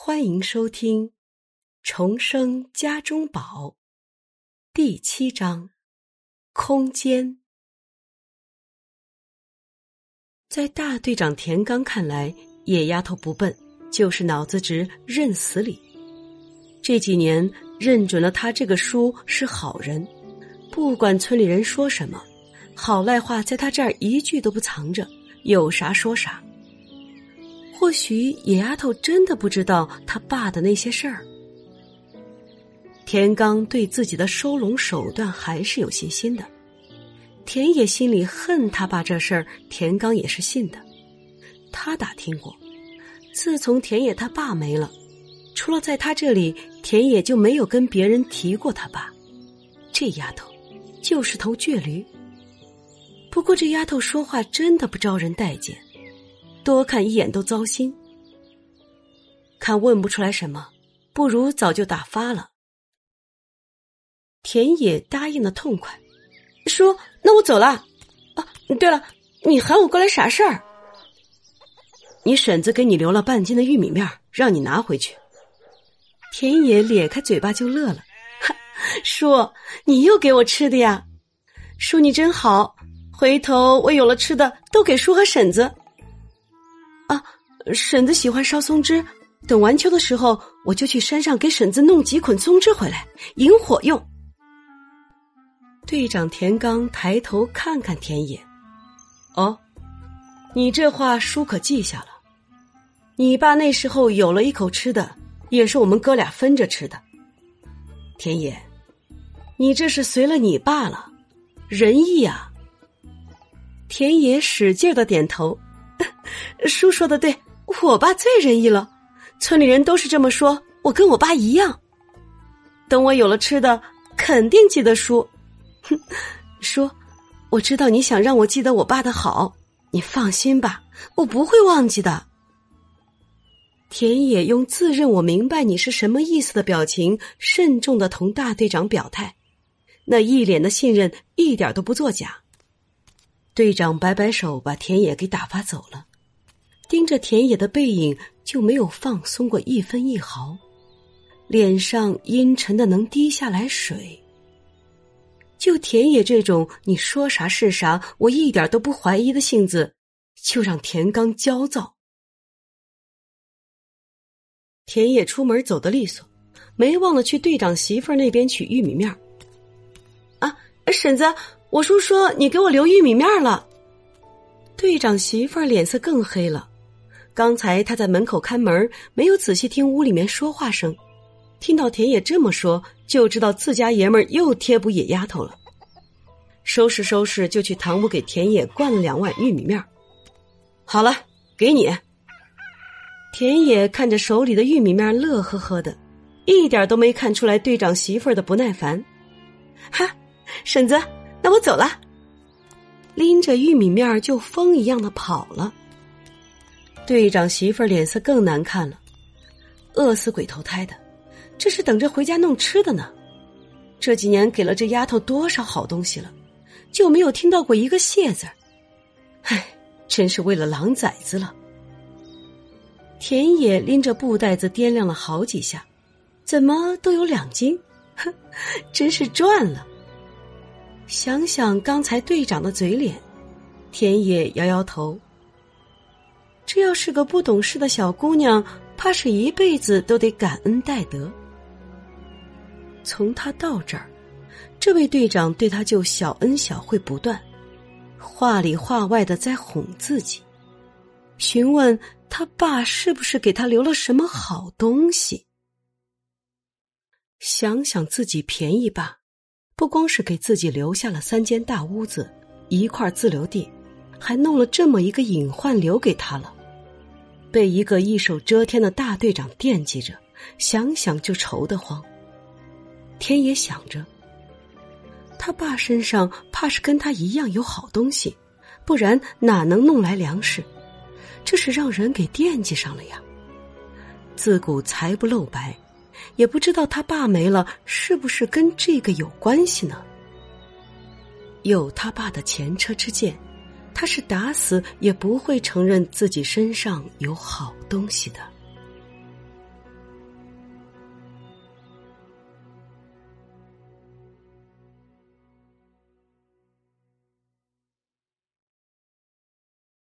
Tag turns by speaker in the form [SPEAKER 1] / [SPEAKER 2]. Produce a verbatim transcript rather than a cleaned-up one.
[SPEAKER 1] 欢迎收听《重生家中宝》第七章空间。在大队长田刚看来，野丫头不笨，就是脑子直，认死理。这几年认准了他这个叔是好人，不管村里人说什么，好赖话在他这儿一句都不藏着，有啥说啥。或许野丫头真的不知道他爸的那些事儿。田刚对自己的收拢手段还是有信心的，田野心里恨他爸这事儿，田刚也是信的。他打听过，自从田野他爸没了，除了在他这里，田野就没有跟别人提过他爸。这丫头就是头倔驴。不过这丫头说话真的不招人待见，多看一眼都糟心。看问不出来什么，不如早就打发了。田野答应的痛快，说那我走了。啊，对了，你喊我过来啥事儿？你婶子给你留了半斤的玉米面，让你拿回去。田野咧开嘴巴就乐了，哈，叔，你又给我吃的呀？叔你真好，回头我有了吃的都给叔和婶子。啊，婶子喜欢烧松枝，等完秋的时候我就去山上给婶子弄几捆松枝回来引火用。队长田刚抬头看看田野，哦，你这话叔可记下了。你爸那时候有了一口吃的，也是我们哥俩分着吃的。田野，你这是随了你爸了，仁义啊。田野使劲的点头，叔说的对，我爸最仁义了，村里人都是这么说，我跟我爸一样。等我有了吃的，肯定记得叔。哼，叔，我知道你想让我记得我爸的好，你放心吧，我不会忘记的。田野用自认我明白你是什么意思的表情，慎重地同大队长表态，那一脸的信任一点都不作假。队长摆摆手，把田野给打发走了，盯着田野的背影就没有放松过一分一毫，脸上阴沉的能滴下来水。就田野这种你说啥是啥，我一点都不怀疑的性子，就让田刚焦躁。田野出门走得利索，没忘了去队长媳妇儿那边取玉米面。啊，婶子，我叔说你给我留玉米面了。队长媳妇儿脸色更黑了，刚才他在门口看门，没有仔细听屋里面说话声，听到田野这么说，就知道自家爷们儿又贴补野丫头了。收拾收拾就去堂屋给田野灌了两碗玉米面。好了，给你。田野看着手里的玉米面乐呵呵的，一点都没看出来队长媳妇儿的不耐烦。哈，婶子，那我走了。拎着玉米面就风一样的跑了。队长媳妇儿脸色更难看了，饿死鬼投胎的，这是等着回家弄吃的呢。这几年给了这丫头多少好东西了，就没有听到过一个谢字儿。唉，真是为了狼崽子了。田野拎着布袋子掂量了好几下，怎么都有两斤，哼，真是赚了。想想刚才队长的嘴脸，田野摇摇头。这要是个不懂事的小姑娘，怕是一辈子都得感恩戴德。从他到这儿，这位队长对他就小恩小惠不断，话里话外的在哄自己，询问他爸是不是给他留了什么好东西。想想自己便宜爸，不光是给自己留下了三间大屋子，一块自留地，还弄了这么一个隐患留给他了。被一个一手遮天的大队长惦记着，想想就愁得慌。田野想着，他爸身上怕是跟他一样有好东西，不然哪能弄来粮食？这是让人给惦记上了呀。自古财不露白，也不知道他爸没了是不是跟这个有关系呢？有他爸的前车之鉴，他是打死也不会承认自己身上有好东西的。